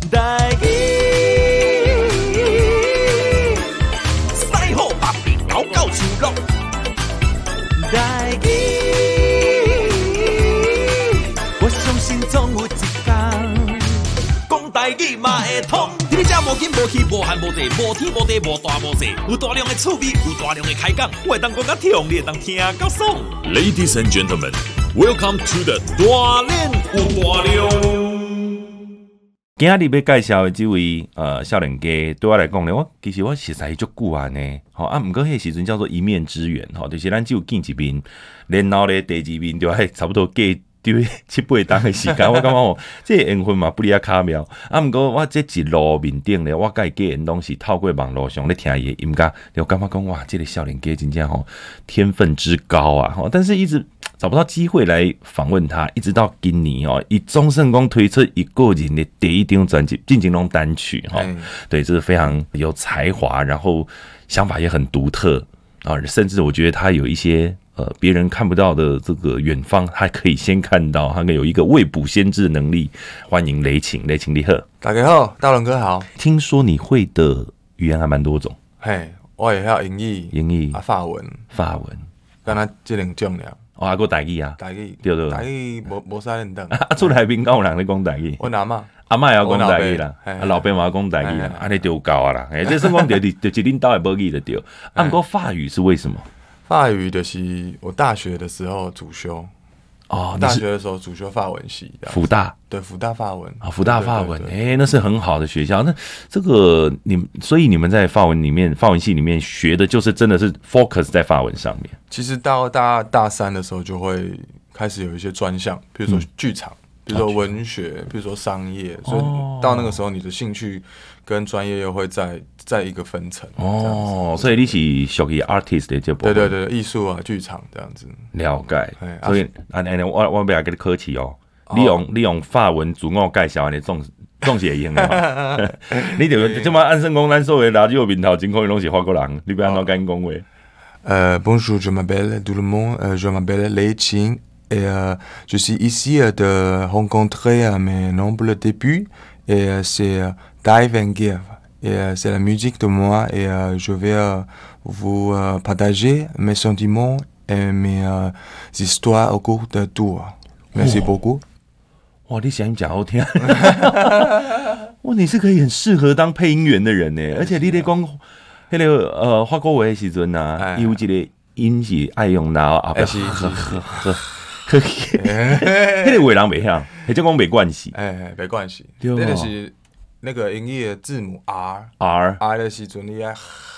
台语， 西好北边高高树落， 台语，我相信总有一天， 讲台语嘛会通。你这无紧无气无寒无济，无天无地无大无细，有大量的趣味，有大量的开讲，我会当讲甲痛，你会当听到爽。Ladies and gentlemen, welcome to the 大练有大量。 今仔日要介绍的这位少年家，对我来讲呢，其实我熟悉足久啊呢。吼啊，毋过迄时阵叫做一面之缘，吼，就是咱只有见一面，然后咧第二面就差不多隔对7、8天的时间，我感觉吼，这个缘分嘛不离啊巧妙。啊，毋过我这一路面顶咧，我甲伊结缘拢是透过网络上咧听伊的音乐，就感觉讲哇，这个少年家真正吼天分之高啊！吼，但是一直找不到机会来访问他，一直到今年哦，以终胜公推出一个人的第一张专辑，进行中单曲哈，对，这是非常有才华，然后想法也很独特啊，甚至我觉得他有一些别人看不到的这个远方，他可以先看到，他有一个未卜先知的能力。欢迎雷晴，雷晴你好， 大家好，大龙哥好。 听说你会的语言还蛮多种， 嘿，我也晓英语、法文，敢若这两种了。 哦，还有台语啊， 台语对对， 台语无啥认得。 啊，厝内面敢有人咧讲台语？ 我阿嬷也要讲台语啦，老爸嘛要讲台语啦，安尼就有够啊啦。这算讲就一恁兜的母语就对。啊，不过法语是为什么？ 法语就是我大学的时候主修。哦，大学的时候主修法文系， 辅大对辅大法文啊，辅大法文，那是很好的学校。那这个所以你们在法文系里面学的就是真的是 focus 在法文上面。 其实到大三的时候就会开始有一些专项，比如说剧场，比如说文学，比如说商业，所以到那个时候你的兴趣跟专业又会在一个分层。哦， 所以你是属于 artist 的这部分。 对，艺术啊，剧场这样子。 了解。所以我不要跟你客气哦。你用法文自我介绍，你总是会用的嘛。你就这么按算讲，咱所有垃圾有面头真可能拢是法国人，你不要怎跟讲话。 Bonjour, je m'appelle tout le monde, je m'appelle Lei Qing et je suis ici de rencontrer mes nombreux débuts et c'est Dive and Give et c'est la musique de moi et je vais vous partager mes sentiments et mes histoires au cours de tour. Merci beaucoup. 哇，你声音讲好听，哇，你是可以很适合当配音员的人呢，而且你在讲那个法国话的时阵啊，有一个音是爱用脑啊，不是，那个话人袂晓，迄种讲没关系， 没关系，那个是那个英语的字母 R 的时阵你要，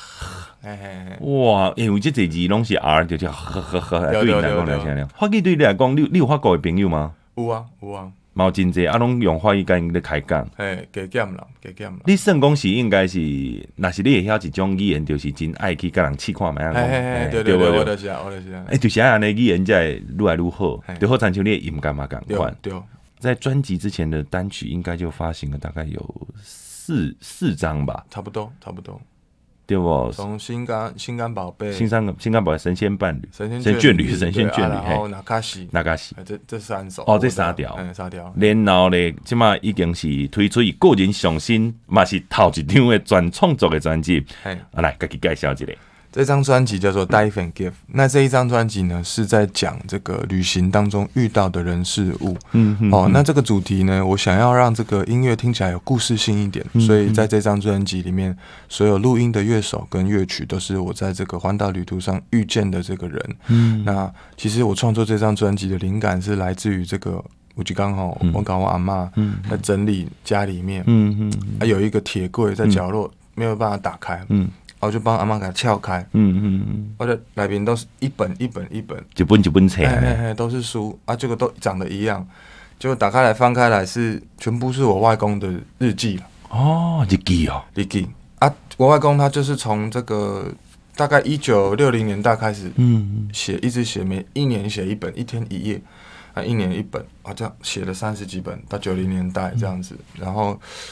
哇，因为这几字拢是 R， 就叫对你来讲来听。法语对你来讲，你有法国的朋友吗？ 有啊。 嘛有真济，拢用法语跟因咧开讲。 加减啦。 你算讲是应该是，若是你会晓一种语言，就是真爱去甲人试看卖啊。 对，我就是啊。 就是安尼语言才会愈来愈好，就好像像你的音感嘛共款。 对。 在专辑之前的单曲应该就发行了大概有四张吧。 差不多。 对不？ 从心肝宝贝、 心肝宝贝、神仙伴侣、 神仙眷侣、 然后纳卡西，这3首， 这3条，然后咧，即马已经是推出伊个人上新，嘛是头一张的全创作的专辑。来，自己介绍一下。 这张专辑叫做 Dive and Give， 那这一张专辑呢是在讲这个旅行当中遇到的人事物。那这个主题呢，我想要让这个音乐听起来有故事性一点，所以在这张专辑里面，所有录音的乐手跟乐曲都是我在这个环岛旅途上遇见的这个人。那其实我创作这张专辑的灵感是来自于这个，我就刚好我跟我阿嬷在整理家里面，有一个铁柜在角落没有办法打开。我就帮阿嬷给它撬开，我的里面都是一本， 一本册， 都是书啊，结果都长得一样，结果打开来翻开来全部是我外公的日记了。 哦，日记啊，我外公他就是从这个大概1960年代开始写，一直写，每一年写一本，一天一页，一年一本，这样写了30几本到90年代这样子，然后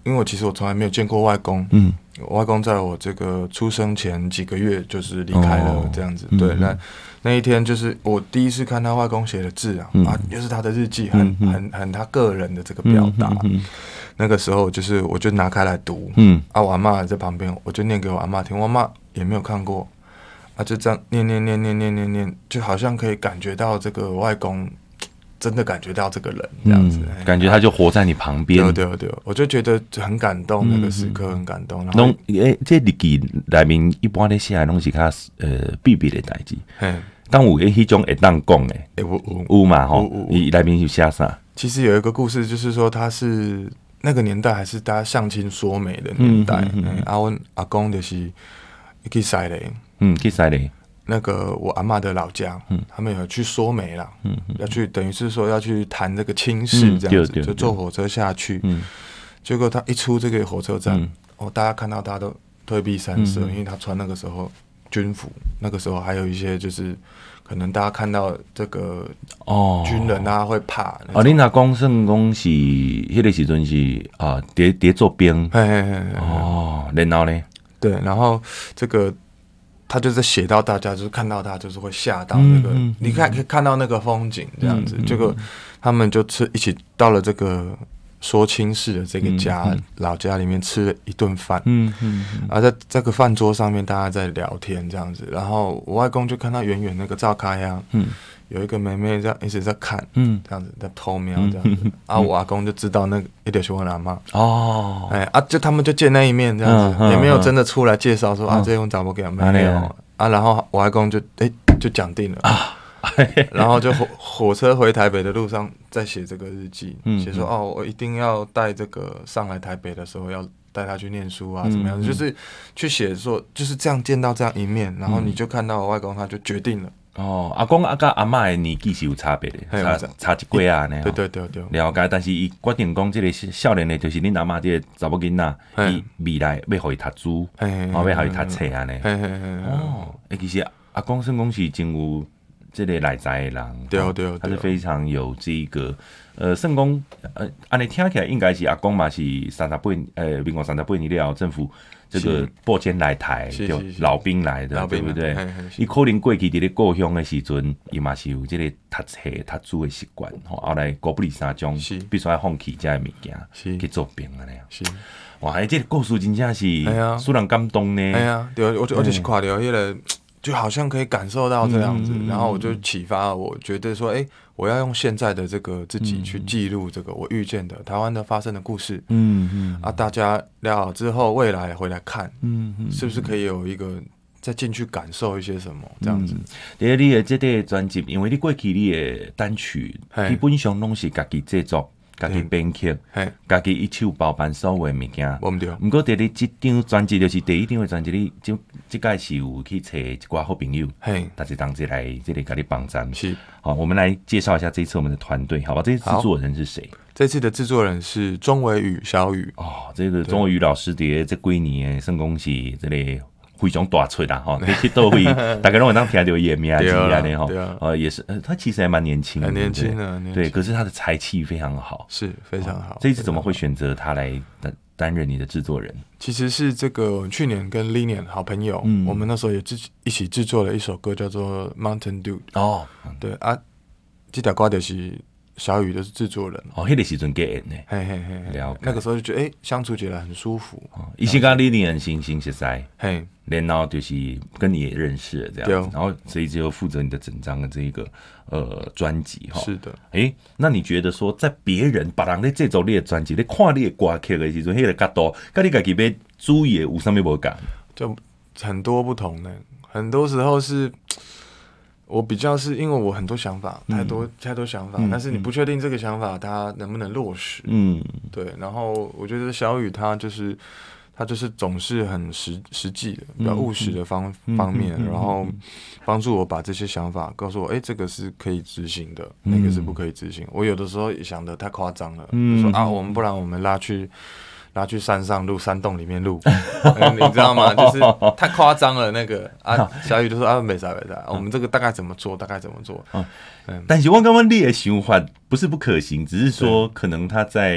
因为我其实从来没有见过外公，我外公在我这个出生前几个月就是离开了这样子，对，那一天就是我第一次看他外公写的字啊，又是他的日记，很他个人的这个表达。那个时候就是我就拿开来读，我阿嬷在旁边，我就念给我阿嬷听，我阿嬷也没有看过，就这样念，就好像可以感觉到这个外公。真的感觉到这个人这样子， 感觉他就活在你旁边。 对，我就觉得很感动，那个时刻很感动。然后， 这日记内面一般咧写的拢是较秘密的代志。但有迄种会当讲的，有嘛吼？伊内面有写啥？ 其实有一个故事，就是说他是那个年代还是大家相亲说媒的年代。阮阿公就是去西嘞， 去西嘞。 那个我阿嬷的老家，他们有去说媒啦，要去等于是说要去谈这个亲事这样子，就坐火车下去，结果他一出这个火车站，大家看到他都退避三舍，因为他穿那个时候军服，那个时候还有一些就是可能大家看到这个军人啊会怕。 你若讲算讲是迄个时阵是叠做兵，然后呢？ 对，然后这个。他就是写到大家，就是看到他，就是会吓到那个，你可以看到那个风景这样子。结果他们就一起到了这个说亲事的这个家，老家里面吃了一顿饭。在这个饭桌上面，大家在聊天这样子。然后我外公就看到远远那个灶开啊，有一个妹妹这样一直在看，这样子在偷瞄这样子。我阿公就知道那个一定是我阿嬷。就他们就见那一面这样子，也没有真的出来介绍说这用怎么给没有然后我阿公就讲定了然后就火车回台北的路上再写这个日记，写说我一定要带这个上来台北的时候要带他去念书啊，怎么样？就是去写说就是这样见到这样一面，然后你就看到我外公他就决定了。 阿公跟阿嬷的年纪是有差别的，差一岁啊呢。 对， 了解。但是伊决定讲，这个少年的，就是恁阿嬷这个查某囡仔，伊未来要互伊读书，要互伊读册啊呢。其实阿公算讲是真有这个内在的人， 对， 他是非常有这一个算讲安尼听起来应该是阿公嘛是民国38年了政府。这个拨迁来台，就老兵来的，对不对？伊可能过去伫咧故乡的时阵，伊嘛是有这个读册、读书的习惯，后来国不离三种，必须要放弃这些物件去做兵啊那样。哇，这个故事真正是使人感动呢。 对，我就是看到迄个，就好像可以感受到这样子，然后我就启发我，觉得说，我要用现在的这个自己去记录这个我遇见的台湾的发生的故事，大家聊好之后，未来回来看，是不是可以有一个再进去感受一些什么这样子？ 你的这个专辑，因为你过去你的单曲基本上拢是家己制作。家己编曲，家己一手包办所有的物件。毋过伫你这张专辑就是第一张的专辑，你这届是有去找一寡好朋友，大家当这来这里给你帮站。 是， 好，我们来介绍一下这一次我们的团队，好吧？这次制作人是谁？ 这次的制作人是钟伟宇小宇。 这个钟伟宇老师伫这几年的算讲是这个。非常大出啦，去倒位，大家拢会当听到伊的名字安尼吼，也是，他其实还蛮年轻的， 很年轻的， 对，可是他的才气非常好， 是非常好。 这一次怎么会选择他来担任你的制作人？ 其实是这个去年跟 Linian 好朋友，我们那时候也一起制作了一首歌，叫做 Mountain Dew。对啊，这条歌就是小宇的制作人。 迄个时阵给演的，那个时候就觉得相处起来很舒服。 伊是跟 Linian 新熟悉，然后就是跟你也认识了这样子，然后所以就负责你的整张的这个专辑哈。 是的， 那你觉得说在别人在制作你的专辑，你看你的歌曲的时阵，迄个角度，跟你自己要注意的有啥物无同？ 就很多不同的，很多时候是。我比较是因为我很多想法，太多想法，但是你不确定这个想法它能不能落实。对。然后我觉得小宇他就是总是很实际的，比较务实的方面，然后帮助我把这些想法告诉我，这个是可以执行的，那个是不可以执行。我有的时候也想得太夸张了，就说不然我们拉去山上录，山洞里面录，你知道吗？就是太夸张了那个小宇就说没啥，我们这个大概怎么做。 但是我感觉你的想法不是不可行，只是说可能他在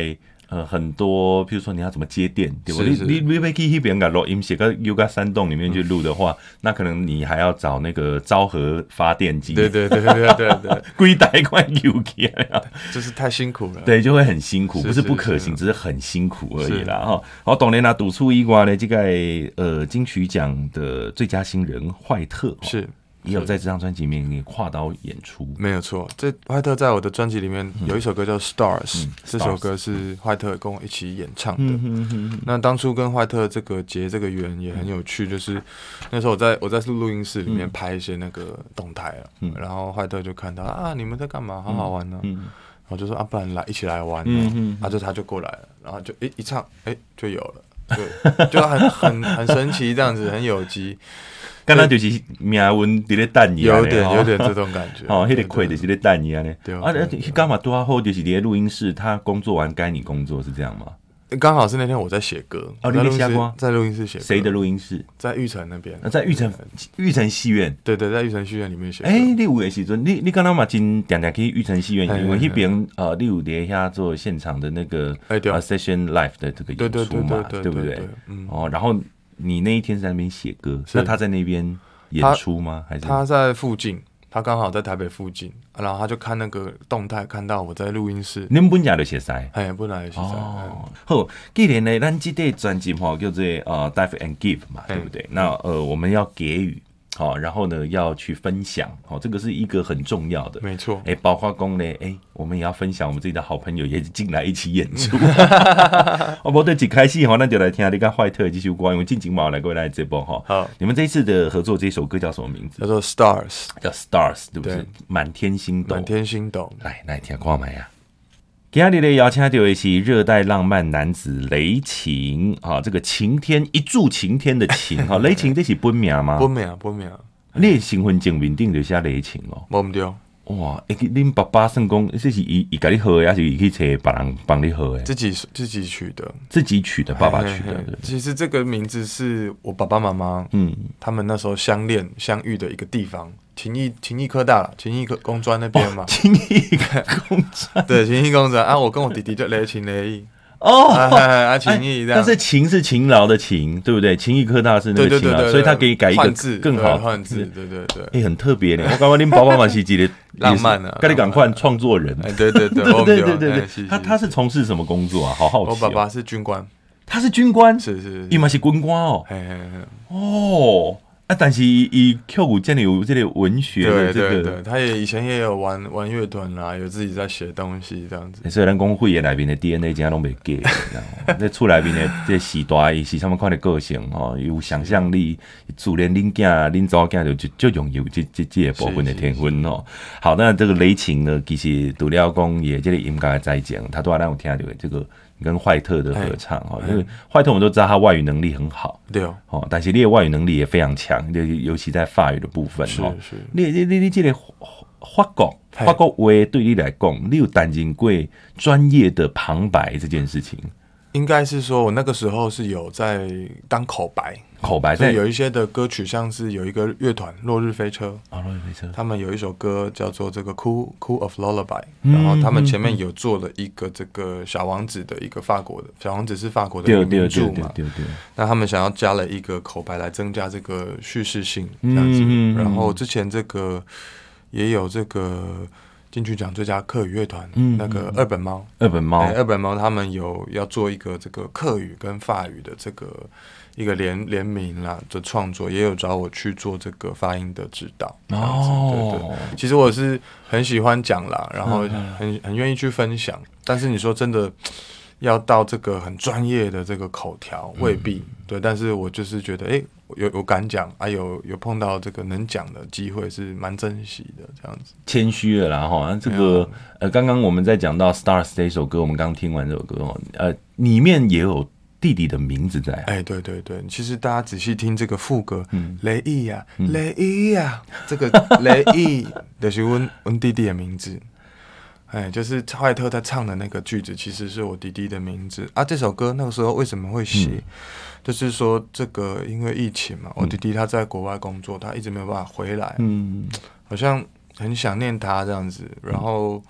很多，譬如说你要怎么接电，对吧？ 是你要去那边给录音写到山洞里面去录的话，那可能你还要找那个昭和发电机， 对， 规台块油起来， 就是太辛苦了。 对，就会很辛苦，不是不可行，只是很辛苦而已啦哈。好，当然啦，赌出以外呢，这个金曲奖的最佳新人坏特是。 也有在这张专辑里面也跨刀演出， 没有错。这坏特在我的专辑里面有一首歌叫《Stars》，这首歌是坏特跟我一起演唱的。那当初跟坏特这个结这个缘也很有趣，就是那时候我在录音室里面拍一些那个动态了，然后坏特就看到啊你们在干嘛，好好玩呢，然后就说啊不然一起来玩，他就过来了，然后就一唱就有了，就很神奇这样子，很有机。 刚刚就是命运伫咧等伊， 有点这种感觉。 哦，迄个亏就是咧等伊啊咧。 对啊，刚好多好就是伫录音室，他工作完该你工作是这样吗？ 刚好是那天我在写歌。 哦，你在写歌？ 在录音室写歌。 谁的录音室？ 在玉成那边。 在玉成戏院。 对，在玉成戏院里面写歌。 你有的时阵，你刚刚嘛真常去玉成戏院，因为那边你有伫遐做现场的那个session live 的这个演出嘛，对不对？哦，然后。你那一天在那边写歌，那他在那边演出吗？还是他在附近？他刚好在台北附近，然后他就看那个动态，看到我在录音室。 恁本家就写塞， 本来就写塞。 好，既然呢，咱这个专辑叫做Dive and Give 嘛，对不对？那我们要给予。好，然后呢，要去分享，好，这个是一个很重要的， 没错。 包括讲呢，我们也要分享我们自己的好朋友也进来一起演出。不对，一开始哈，那就来听你跟坏特这首歌，因为近景嘛来过来这波哈。好，你们这一次的合作这首歌叫什么名字？ 叫做 Stars， 叫 Stars， 对不对？满天星斗， 满天星斗。 来听看麦啊！今日咧邀请到的是热带浪漫男子雷晴啊，这个晴天一柱晴天的晴哈，雷晴这是本名吗？ 本名。 你的身份证面顶就写雷晴哦。 无唔对。 哇！恁爸爸算讲，这是伊甲你号的，还是伊去找别人帮你号的？ 自己取的， 爸爸取的。 其实这个名字是我爸爸妈妈，他们那时候相遇的一个地方。勤益科大啦，勤益工专那边嘛。 勤益工专。 对，勤益工专啊，我跟我弟弟就雷勤雷毅。勤益这样。 但是勤是勤劳的勤，对不对？勤益科大是那个勤劳，所以他可以改一个更好换字，对。 很特别呢。我刚刚恁爸爸嘛是一个浪漫啊， 跟你赶快创作人。 对。 他是从事什么工作啊？好好奇。 我爸爸是军官。 他是军官？ 是。 伊嘛是军官哦。哦。但是伊跳舞真的有这个文学的这个， 对，他以前也有玩乐团啦，有自己在写东西这样子。 所以咱讲会业内面的 DNA 真拢袂假，在厝内面的这时代是什么款的个性吼，有想象力，自然恁囝恁祖囝就拥有这个部分的天分哦。好，那这个雷晴呢，其实除了讲也这个音乐的在讲，他都让我听到这个。跟坏特的合唱哈，因为坏特我们都知道他外语能力很好， 对哦， 但是你的外语能力也非常强，尤其在法语的部分哈。 是， 你这个法国话对你来讲，你有担任过专业的旁白这件事情？ 应该是说我那个时候是有在当口白，所以有一些的歌曲，像是有一个乐团落日飞车，他们有一首歌叫做这个 Cool of Lullaby，然后他们前面有做了一个这个小王子的一个法国的小王子是法国的一个名著嘛，那他们想要加了一个口白来增加这个叙事性这样子，然后之前这个也有这个。金曲奖最佳客语乐团，那个二本猫，他们有要做一个这个客语跟法语的这个一个联名啦的创作，也有找我去做这个发音的指导。对，其实我是很喜欢讲啦，然后很愿意去分享，但是你说真的要到这个很专业的这个口条，未必对，但是我就是觉得，有敢讲啊，有碰到这个能讲的机会是蛮珍惜的，这样子。 谦虚了啦哈，这个刚刚我们在讲到 Stars 这首歌，我们刚听完这首歌里面也有弟弟的名字在。 对，其实大家仔细听这个副歌，雷毅呀，雷毅呀，这个雷毅就是我弟弟的名字。就是坏特在唱的那个句子，其实是我弟弟的名字啊。这首歌那个时候为什么会写？就是说这个因为疫情嘛，我弟弟他在国外工作，他一直没有办法回来，好像很想念他这样子。然后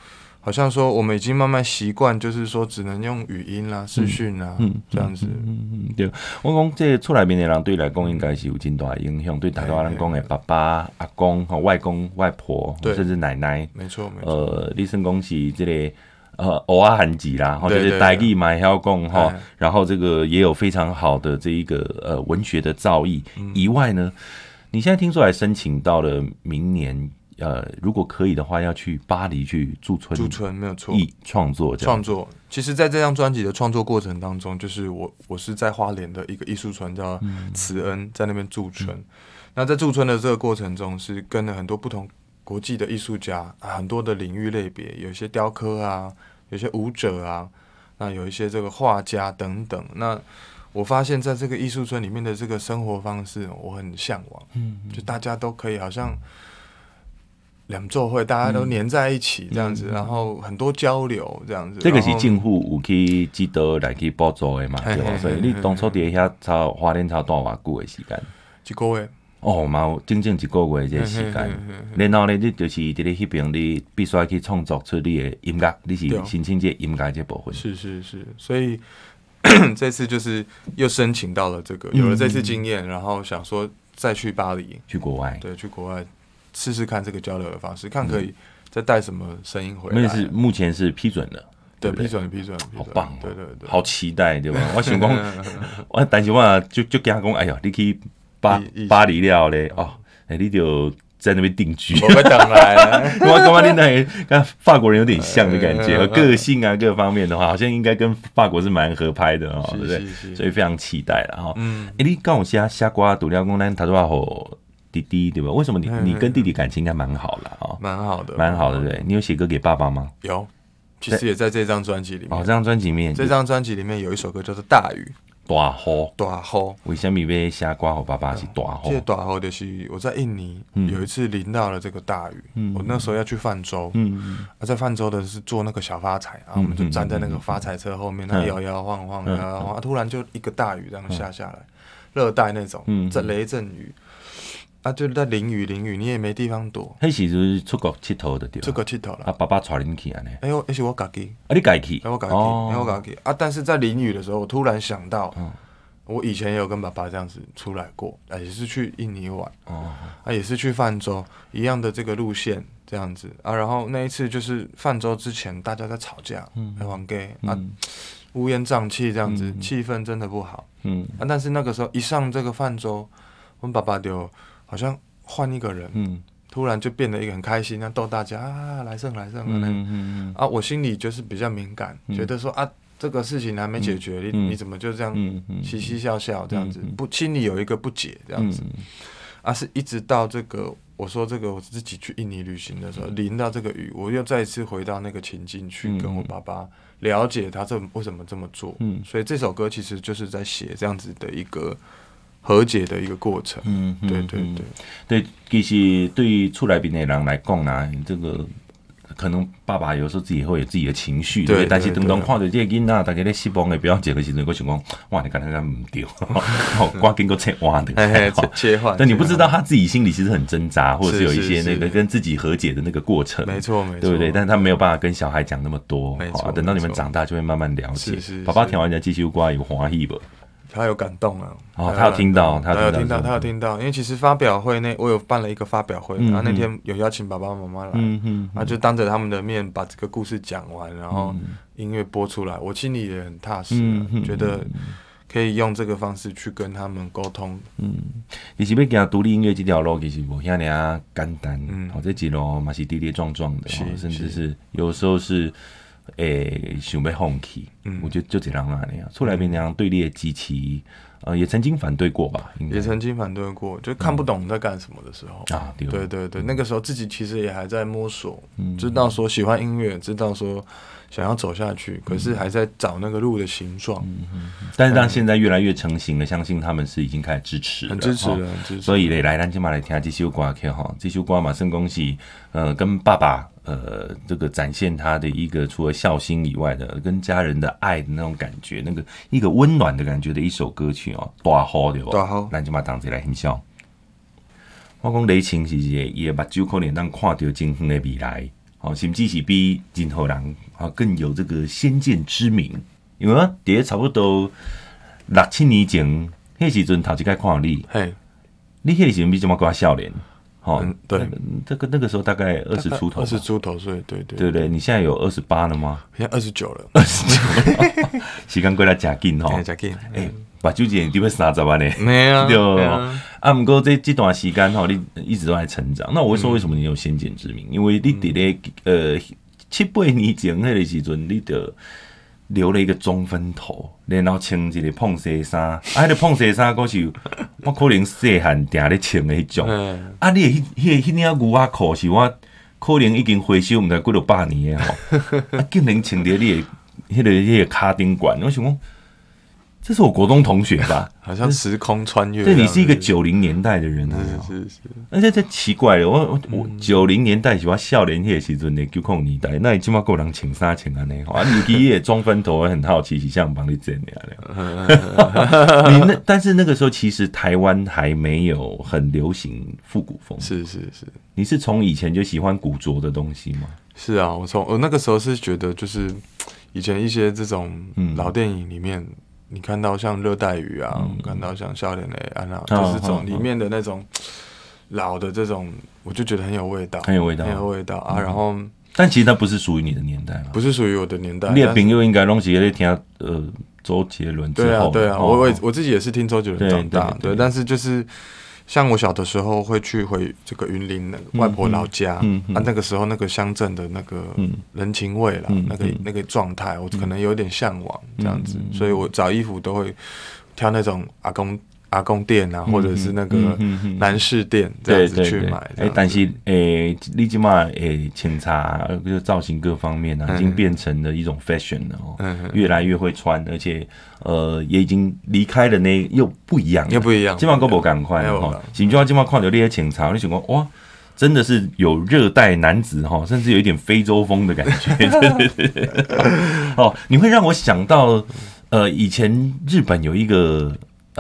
好像说我们已经慢慢习惯，就是说只能用语音啦、视讯啦，这样子。 对，我讲这厝内面的人对来讲应该是有真大的影响，对大多人讲的爸爸、阿公、外公、外婆，甚至奶奶， 没错没错。 你算讲是这个。偶尔韩籍啦，就是台语嘛，要讲哈，然后这个也有非常好的这一个文学的造诣以外呢，你现在听说还申请到了明年，如果可以的话，要去巴黎去驻村没有错， 创作。 其实，在这张专辑的创作过程当中，就是我是在花莲的一个艺术村叫慈恩，在那边驻村。那在驻村的这个过程中，是跟了很多不同国际的艺术家，很多的领域类别，有一些雕刻啊，有一些舞者啊，那有一些这个画家等等。那我发现在这个艺术村里面的这个生活方式，我很向往。就大家都可以好像两座会，大家都黏在一起这样子，然后很多交流这样子。 这个是政府有去指导来去补助的嘛，对吧？所以你当初伫遐超花莲超多偌久的时间 ？1个月。 嘛有整整1个月这个时间，然后呢，你就是伫咧迄边，你必须要去创作出你的音乐，你是申请这音乐这部分。 是，所以这次就是又申请到了这个，有了这次经验，然后想说再去巴黎， 去国外， 对，去国外试试看这个交流的方式，看可以再带什么声音回来。 目前是批准了。 对，批准， 好棒， 对， 好期待，对吧？我想讲，但是我就惊讲，哎呀，你去巴黎了嘞，你就在那边定居。 我当然， 我感觉你跟法国人有点像的感觉，个性啊各方面的话，好像应该跟法国是蛮合拍的对不对？所以非常期待了哈。你跟我写歌，除了讲咱他说好弟弟对吧？为什么你跟弟弟感情应该蛮好的啊？ 蛮好的， 对不对？你有写歌给爸爸吗？ 有，其实也在这张专辑里面。 这张专辑里面， 这张专辑里面有一首歌叫做《大雨》。 大雨，为什么要写歌给爸爸是大雨？ 这大雨就是我在印尼有一次淋到了这个大雨，我那时候要去泛舟，在泛舟的是坐那个小发财，然后我们就站在那个发财车后面，它摇摇晃晃，突然就一个大雨这样下来，热带那种，雷阵雨。就在淋雨，你也没地方躲。 迄时就是出国佚佗的对吧？ 出国佚佗啦。 爸爸带恁去安尼。 那是我家己。 你家己？ 我家己。但是在淋雨的时候，我突然想到，我以前也有跟爸爸这样子出来过，也是去印尼玩，也是去泛舟，一样的这个路线这样子然后那一次就是泛舟之前，大家在吵架，在玩 gay 乌烟瘴气这样子，气氛真的不好。但是那个时候一上这个泛舟，我们爸爸就好像换一个人，突然就变得一个很开心，逗大家来胜，我心里就是比较敏感，觉得说这个事情还没解决，你怎么就这样嘻嘻笑笑这样子，心里有一个不解这样子，是一直到这个我说这个我自己去印尼旅行的时候，淋到这个雨，我又再一次回到那个情境去跟我爸爸了解他为什么这么做，所以这首歌其实就是在写这样子的一个和解的一个过程。 对，其实对于厝内边的人来讲啦，这个可能爸爸有时候自己会有自己的情绪，对，但是当看到这个囡仔大家在失望的表情的时候，我想讲，哇，你刚才唔对，赶紧给我切换的， 切换。 但你不知道他自己心里其实很挣扎，或者是有一些那个跟自己和解的那个过程， 没错， 对不对？但是他没有办法跟小孩讲那么多， 没错。 等到你们长大就会慢慢了解。爸爸听完人家继续歌有欢喜不？ 他有感动啊！ 他有听到， 因为其实发表会我有办了一个发表会，然后那天有邀请爸爸妈妈来，就当着他们的面把这个故事讲完，然后音乐播出来，我心里也很踏实，觉得可以用这个方式去跟他们沟通。 其实要行独立音乐这条路，其实无遐尔简单，这一路嘛是跌跌撞撞的，甚至是有时候是。想要放弃，我觉得就这样那样，出来边那样对立的机器，也曾经反对过吧？ 也曾经反对过，就看不懂在干什么的时候对，那个时候自己其实也还在摸索，知道说喜欢音乐，知道说想要走下去，可是还在找那个路的形状。 但是当现在越来越成型了，相信他们是已经开始支持了， 很支持了。 所以来咱今嘛来听这首歌去哈，这首歌嘛算讲是跟爸爸这个展现他的一个除了孝心以外的跟家人的爱的那种感觉，那个一个温暖的感觉的一首歌曲大雨对吧？ 大雨， 咱今嘛同齐来欣赏。我讲雷晴是伊的目睭可能咱看到真远的未来。 甚至是比任何人更有这个先见之明。因为我伫差不多6-7年前，迄时阵头一摆看到你，你迄个时阵比这么高少年。 对， 那个时候大概20出头 ，20出头岁，对， 对，你现在有28了吗？ 现在29了 ，29，时间过来真紧吼， 真紧。 目睭一你要30万呢？ 没啊， 对不过这段时间吼，你一直都在成长。那我会说，为什么你有先见之明？因为你伫咧7-8年前迄个时阵，你就留了一个中分头，然后穿一个碰西衫，迄个碰西衫嗰是我可能细汉定咧穿的迄种。你迄领牛仔裤是我可能已经回收毋知几多100年的吼，竟然穿伫你的迄个卡顶管，我想讲。这是我国中同学吧？ 好像时空穿越。 对，你是一个90年代的人， 是。 而且这奇怪了，我90年代是我少年迄个时阵的90年代，那你起码够人穿衫穿安尼，你其实也中分头，我很好奇，是想帮你剪的。但是那个时候其实台湾还没有很流行复古风， 是。 你是从以前就喜欢古着的东西吗？ 是啊，我那个时候是觉得，就是以前一些这种老电影里面。你看到像热带雨啊，看到像笑脸的安娜，就是这种里面的那种老的这种，我就觉得很有味道啊。然后， 但其实它不是属于你的年代嘛， 不是属于我的年代。 你的朋友应该拢是在听周杰伦之后， 对啊，我自己也是听周杰伦长大，对，但是就是。像我小的时候会回这个云林外婆老家，那个时候那个乡镇的那个人情味啦，那个状态，我可能有点向往这样子，所以我找衣服都会挑那种阿公店啊，或者是那个男士店这样子去买。 但是你起码穿插就是造型各方面啊，已经变成了一种 fashion 了哦，越来越会穿，而且也已经离开了那又不一样，基本上跟我赶快哈，甚至我基本上看到那些穿插，你想说哇。真的是有热带男子哈，甚至有一点非洲风的感觉。对。哦，你会让我想到以前日本有一个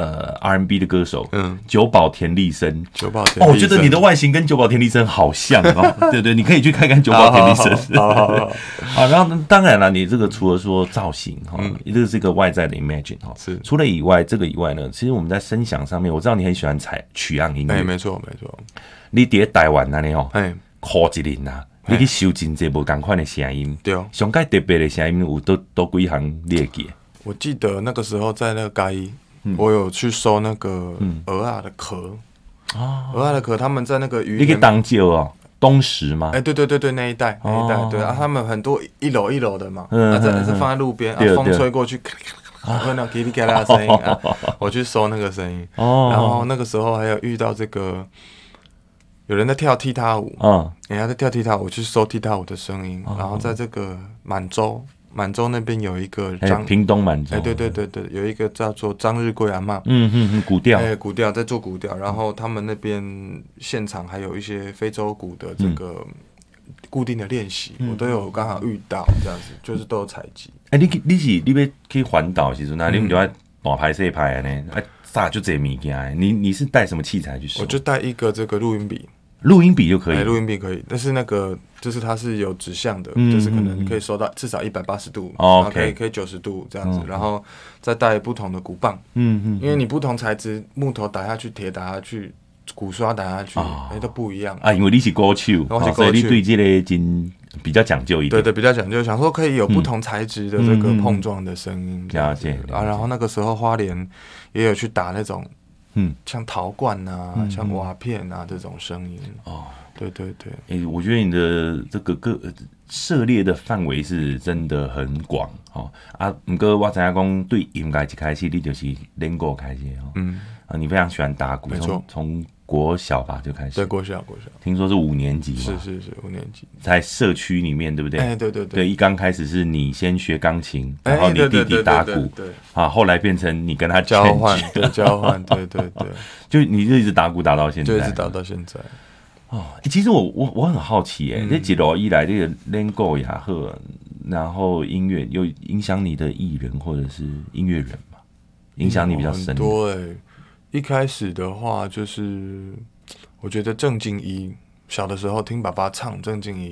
R&B 的歌手，久保田利生。我觉得你的外形跟久保田利生好像哦。对，你可以去看看久保田利生。好，然后当然了，你这个除了说造型哈，这个是一个外在的 imagine 哈。是。除了这个以外呢，其实我们在声响上面，我知道你很喜欢取样音乐。 没错。 你伫台湾安尼吼，苦一年啊，你去收真侪无同款的声音。对哦。上界特别的声音有都几行你会记？ 我记得那个时候在那个嘉义，我有去收那个鹅啊的壳。鹅啊的壳，他们在那个鱼。 你去当旧哦，东石吗？ 对，那一带，对啊，他们很多一楼的嘛，是放在路边，风吹过去，会那叽里嘎啦的声音啊，我去收那个声音。然后那个时候还有遇到这个。有人在跳踢踏舞，人家在跳踢踏舞，我去收踢踏舞的声音。然后在这个满洲那边有一个屏东满洲， 对，有一个叫做张日贵阿嬷， 古调， 古调在做古调。然后他们那边现场还有一些非洲鼓的这个固定的练习，我都有刚好遇到，这样子就是都有采集。 你要去环岛的时候，你们就要大拍小拍呢，撒就这物件。你是带什么器材去收？ 我就带一个这个录音笔。 录音笔就可以， 录音笔可以，但是那个就是它是有指向的，就是可能可以收到至少180度，然后可以90度这样子，然后再带不同的鼓棒，因为你不同材质，木头打下去，铁打下去，鼓刷打下去，都不一样啊。因为你是歌手，所以你对这个真比较讲究一点。 对，比较讲究，想说可以有不同材质的这个碰撞的声音， 了解啊。然后那个时候花莲也有去打那种。像陶罐啊，像瓦片啊这种声音对。 我觉得你的这个涉猎的范围是真的很广不过我知道讲对音乐一开始你就是练鼓开始你非常喜欢打鼓，从国小吧就开始。 对，国小。 听说是5年级嘛？ 是5年级， 在社区里面，对不对？ 对， 一刚开始是你先学钢琴，然后你弟弟打鼓，对，后来变成你跟他交换，对， 就你就一直打鼓打到现在， 就一直打到现在。 其实我很好奇这几路以来这个练鼓也好，然后音乐有影响你的艺人或者是音乐人吗？影响你比较深的？ 很多一开始的话，就是我觉得郑敬一小的时候听爸爸唱郑敬一，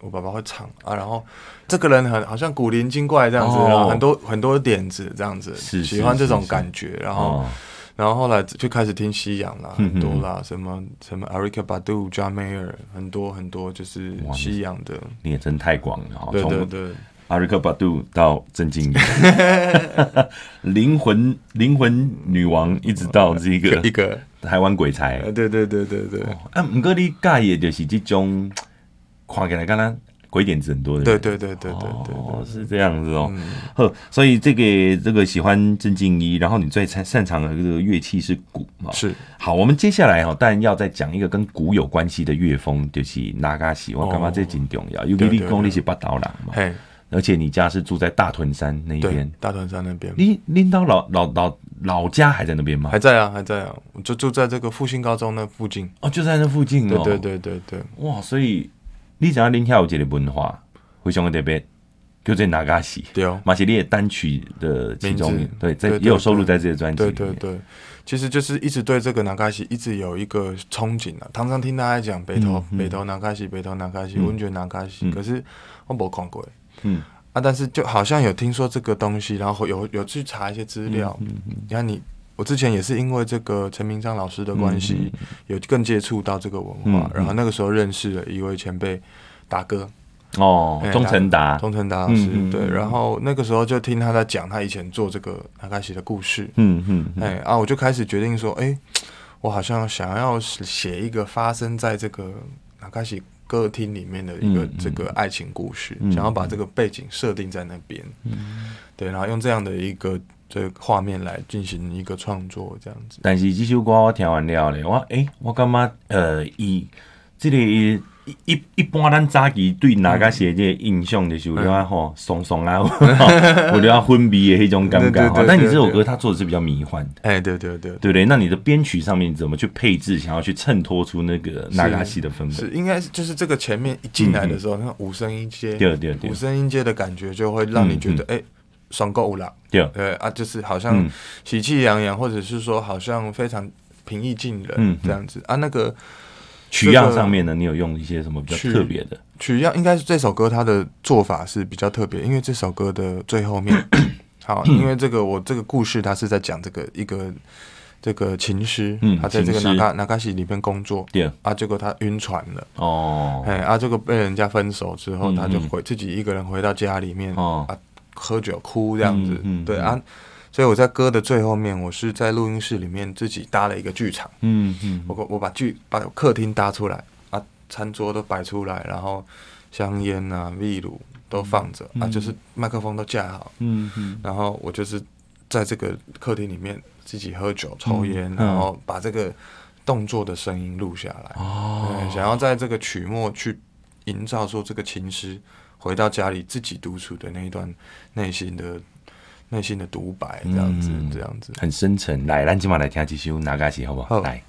我爸爸会唱啊，然后这个人好像古灵精怪这样子，然后很多点子这样子，喜欢这种感觉，然后后来就开始听西洋啦，很多啦，什么 Erykah Badu、John Mayer， 很多就是西洋的。 你也真太广了， 对对对。 Erykah Badu 到郑敬怡，灵魂女王，一直到这一个台湾鬼才， 对。 不过你介意的就是这种看起来刚刚鬼点子很多的人， 对， 是这样子哦。所以这个喜欢郑敬怡，然后你最擅长的这个乐器是鼓嘛？ 是。 好，我们接下来当然要再讲一个跟鼓有关系的乐风，就是那嘎西。我感觉这很重要，尤其你讲你是北投人嘛。而且你家是住在大屯山那一边， 大屯山那边。 你到老家还在那边吗？ 还在啊，我就住在这个复兴高中那附近。 哦，就在那附近哦。 对。 哇，所以你知道恁遐有一个文化，非常的特别，叫做那嘎西。 对哦， 嘛是你的单曲的其中，对，也有收录在这个专辑里面。 对，其实就是一直对这个那嘎西一直有一个憧憬啊。常常听大家讲北投那嘎西，文泉那嘎西，可是我没看过。但是就好像有听说这个东西，然后有去查一些资料。你看我之前也是因为这个陈明章老师的关系，有更接触到这个文化，然后那个时候认识了一位前辈达哥。 钟承达老师，对，然后那个时候就听他在讲他以前做这个那嘎西的故事。我就开始决定说，我好像想要写一个发生在这个那嘎西歌厅里面的一个这个爱情故事，想要把这个背景设定在那边，对，然后用这样的一个这个画面来进行一个创作，这样子。 但是这首歌我听完了咧，我感觉以这个一般咱早期对那嘎西这个印象就是有点松松啊，有点昏迷的那种感觉。但你这首歌它做的是比较迷幻的，对。那你的编曲上面你怎么去配置，想要去衬托出那个那嘎西的氛围？ 是应该就是这个前面一进来的时候，那五声音阶，对，五声音阶的感觉就会让你觉得爽够了，对啊，就是好像喜气洋洋，或者是说好像非常平易近人这样子啊，那个。 曲样上面呢，你有用一些什么比较特别的？ 曲样应该是这首歌它的做法是比较特别，因为这首歌的最后面，好，因为我这个故事它是在讲这个琴师，他在这个那嘎西里面工作，结果他晕船了，结果被人家分手之后，他就自己一个人回到家里面，喝酒哭这样子，对啊。所以我在歌的最后面，我是在录音室里面自己搭了一个剧场。我把客厅搭出来啊，餐桌都摆出来，然后香烟啊、秘鲁都放着啊，就是麦克风都架好。然后我就是在这个客厅里面自己喝酒、抽烟，然后把这个动作的声音录下来。想要在这个曲末去营造说这个琴师回到家里自己独处的那一段内心的独白，这样子， 很深沉。来，咱今晚来听这首那嘎西，好不好？来，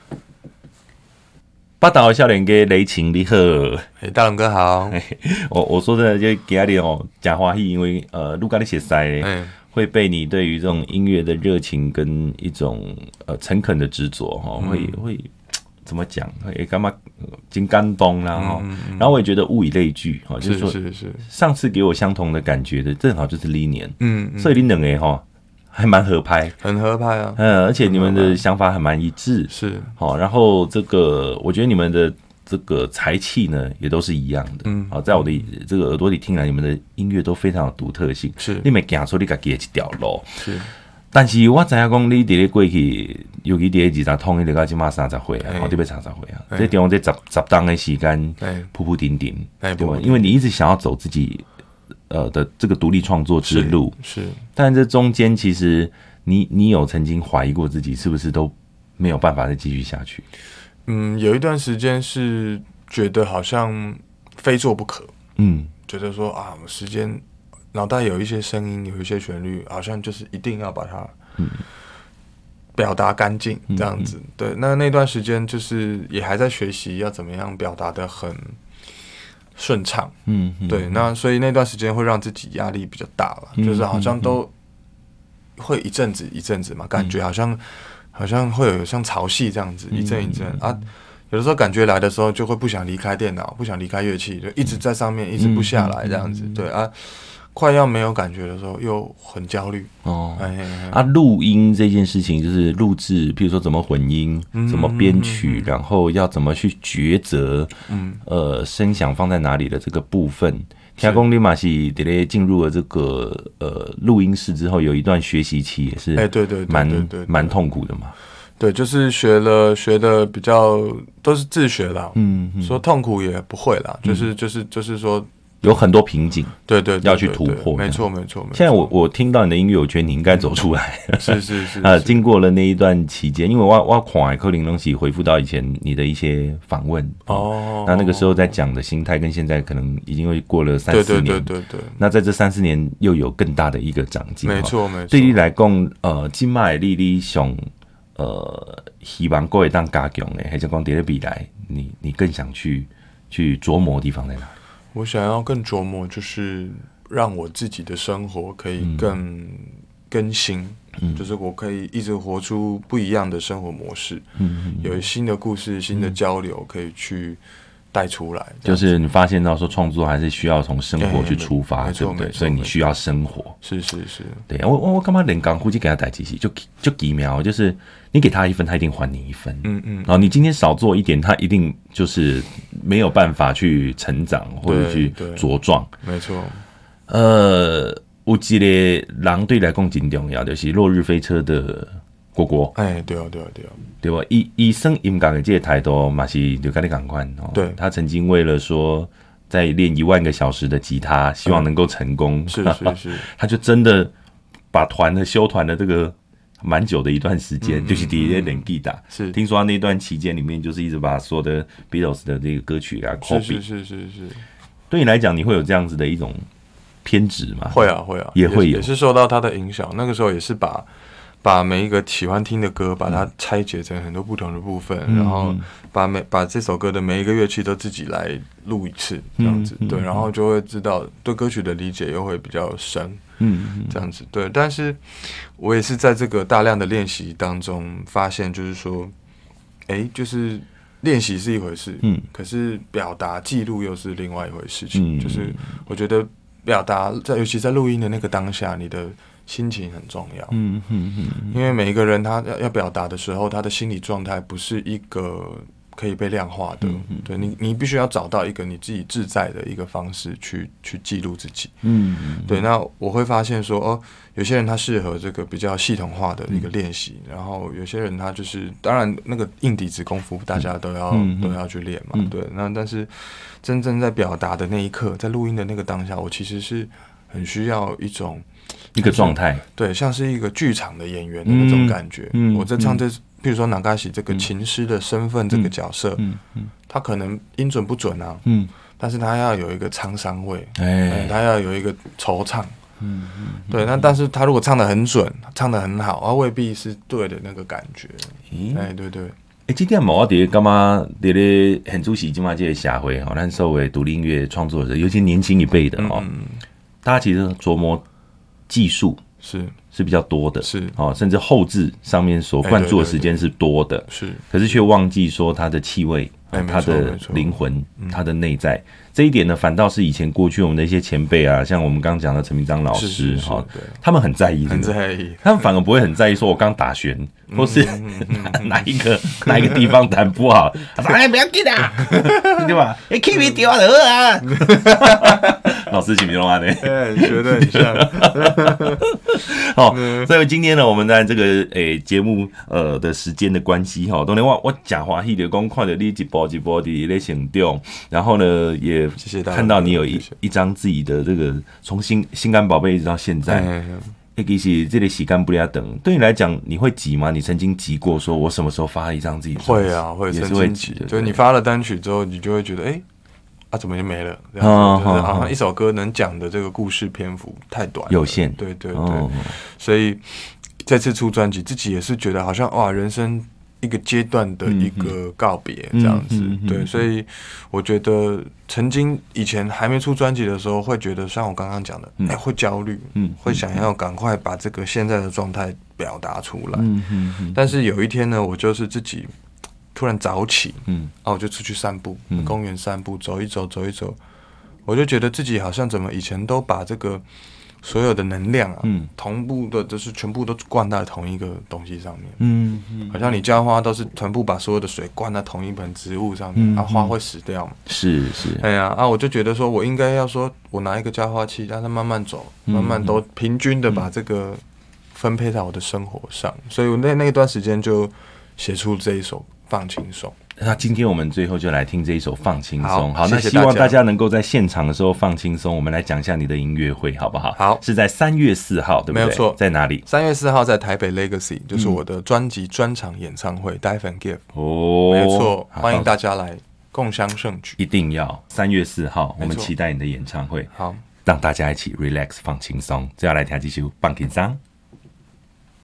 北投的少年家雷晴你好， 大龙哥好。 我说真的，就今日真欢喜，因为如果你写塞会被你对于这种音乐的热情跟一种诚恳的执着会怎么讲？也干嘛真感动啦然后我也觉得物以类聚就是说上次给我相同的感觉的，正好就是历年，所以你两个还蛮合拍， 很合拍啊， 而且你们的想法还蛮一致， 是然后这个我觉得你们的这个才气呢也都是一样的，在我的这个耳朵里听来，你们的音乐都非常有独特性， 是你没走出你自己的一条路， 是。 但是我知影讲，你伫咧过去，尤其伫咧20通，你就到即马30岁啊，特别30岁啊，这地方这十当的时间，铺铺顶顶，对吧？因为你一直想要走自己的这个独立创作之路， 是， 但这中间其实你有曾经怀疑过自己是不是都没有办法再继续下去？ 有一段时间是觉得好像非做不可，觉得说啊，时间。脑袋有一些声音，有一些旋律，好像就是一定要把它表达干净，这样子。对，那段时间就是也还在学习要怎么样表达得很顺畅。对，那所以那段时间会让自己压力比较大了，就是好像都会一阵子嘛，感觉好像会有像潮汐这样子，一阵一阵啊。 有的时候感觉来的时候就会不想离开电脑，不想离开乐器，就一直在上面，一直不下来这样子。对啊，快要没有感觉的时候又很焦虑。 录音这件事情就是录制，譬如说怎么混音，怎么编曲，然后要怎么去抉择，声响放在哪里的这个部分。听说你嘛是在进入了这个录音室之后，有一段学习期，也是对， 蛮痛苦的嘛。 对，就是学的比较都是自学啦，说痛苦也不会啦，就是说有很多瓶颈， 对， 要去突破。 没错。 现在我听到你的音乐，我觉得你应该走出来。 是经过了那一段期间，因为我看柯林东西回复到以前你的一些访问那个时候在讲的心态跟现在可能已经会过了3-4年， 对。 那在这3-4年又有更大的一个长进， 没错。 对你来讲，今麦你想希望各位当加强呢，还是讲在未来你更想去琢磨的地方在哪里？ 我想要更琢磨，就是让我自己的生活可以更新，就是我可以一直活出不一样的生活模式，有新的故事、新的交流可以去带出来。 就是你发现到说创作还是需要从生活去出发，对不对？所以你需要生活。 是。 对，我干嘛人刚估计给他带几期就奇妙，就是你给他1分，他一定还你1分。然后你今天少做一点，他一定就是没有办法去成长或者去茁壮。 没错。 有一个人对你来讲很重要，就是落日飞车的果果。对吧？以生音乐的这个态度嘛是就跟你同款。对，他曾经为了说在练1万个小时的吉他，希望能够成功。 是。 他就真的把修团的这个蛮久的一段时间，就是第一练吉他。是，听说他那段期间里面就是一直把所有的 Beatles 的这个歌曲给他 copy。是。对你来讲，你会有这样子的一种偏执吗？ 会啊， 也会有， 也是受到他的影响。那个时候也是把每一个喜欢听的歌，把它拆解成很多不同的部分，然后把这首歌的每一个乐器都自己来录一次，这样子。对，然后就会知道对歌曲的理解又会比较深，这样子。对，但是我也是在这个大量的练习当中发现，就是说，就是练习是一回事，可是表达记录又是另外一回事情。就是我觉得表达尤其在录音的那个当下，你的心情很重要。因为每一个人他要表达的时候，他的心理状态不是一个可以被量化的。对，你必须要找到一个你自己自在的一个方式去记录自己。对，那我会发现说，有些人他适合这个比较系统化的一个练习，然后有些人他就是当然那个硬底子功夫大家都要去练嘛。对，那但是真正在表达的那一刻，在录音的那个当下，我其实是很需要一个状态，对，像是一个剧场的演员的那种感觉。我在唱譬如说南嘎喜这个琴师的身份这个角色，他可能音准不准啊，但是他要有一个沧桑味，他要有一个惆怅。对，那但是他如果唱得很准，唱得很好，未必是对的那个感觉。对。 这点嘛，我感觉在咧很主席今嘛这个社会吼，咱所谓独立音乐创作者，尤其年轻一辈的大家其实琢磨技术是比较多的，甚至后制上面所灌注的时间是多的，可是却忘记说它的气味、它的灵魂、它的内在。这一点呢，反倒是以前过去我们的一些前辈啊，像我们刚刚讲的陈明章老师他们很在意，他们反而不会很在意说我刚打弦或是哪一个地方弹不好，不要紧啊，对吧？key 掉了啊，老师请别弄啊， 学得很像。 所以今天呢，我们在这个节目的时间的关系当然我真欢喜的讲看到你一步一步的在成长，然后呢也谢谢大家， 看到你有一张自己的这个从心肝宝贝一直到现在。其实这类时间不要等，对你来讲，你会急吗？你曾经急过，说我什么时候发一张自己的专辑？ 会啊， 也是会急的。就是你发了单曲之后，你就会觉得，怎么就没了？这样子，就是好像一首歌能讲的这个故事篇幅太短了， 有限。 对，所以这次出专辑，自己也是觉得好像人生一个阶段的一个告别这样子。对，所以我觉得曾经以前还没出专辑的时候，会觉得像我刚刚讲的，会焦虑，会想要赶快把这个现在的状态表达出来。但是有一天呢，我就是自己突然早起，我就出去散步，公园散步，走一走，我就觉得自己好像怎么以前都把这个所有的能量啊，同步的就是全部都灌在同一个东西上面，好像你浇花都是全部把所有的水灌在同一盆植物上面，花会死掉嘛。 是， 哎呀我就觉得说我应该要说，我拿一个浇花器，让它慢慢走，慢慢都平均的把这个分配在我的生活上，所以我那一段时间就写出这一首《放轻松》。 那今天我们最后就来听这一首《放轻松》。好，那谢谢希望大家能够在现场的时候放轻松。我们来讲一下你的音乐会，好不好？ 好， 是在3月4号，对不对？ 没有错， 在哪里 ？3月4号在台北 Legacy， 就是我的专辑专场演唱会 Dive and Give。没有错，欢迎大家来共襄盛举。 一定要3月4号，我们期待你的演唱会。 好， 让大家一起 relax 放轻松。接下来听这首《放轻松》。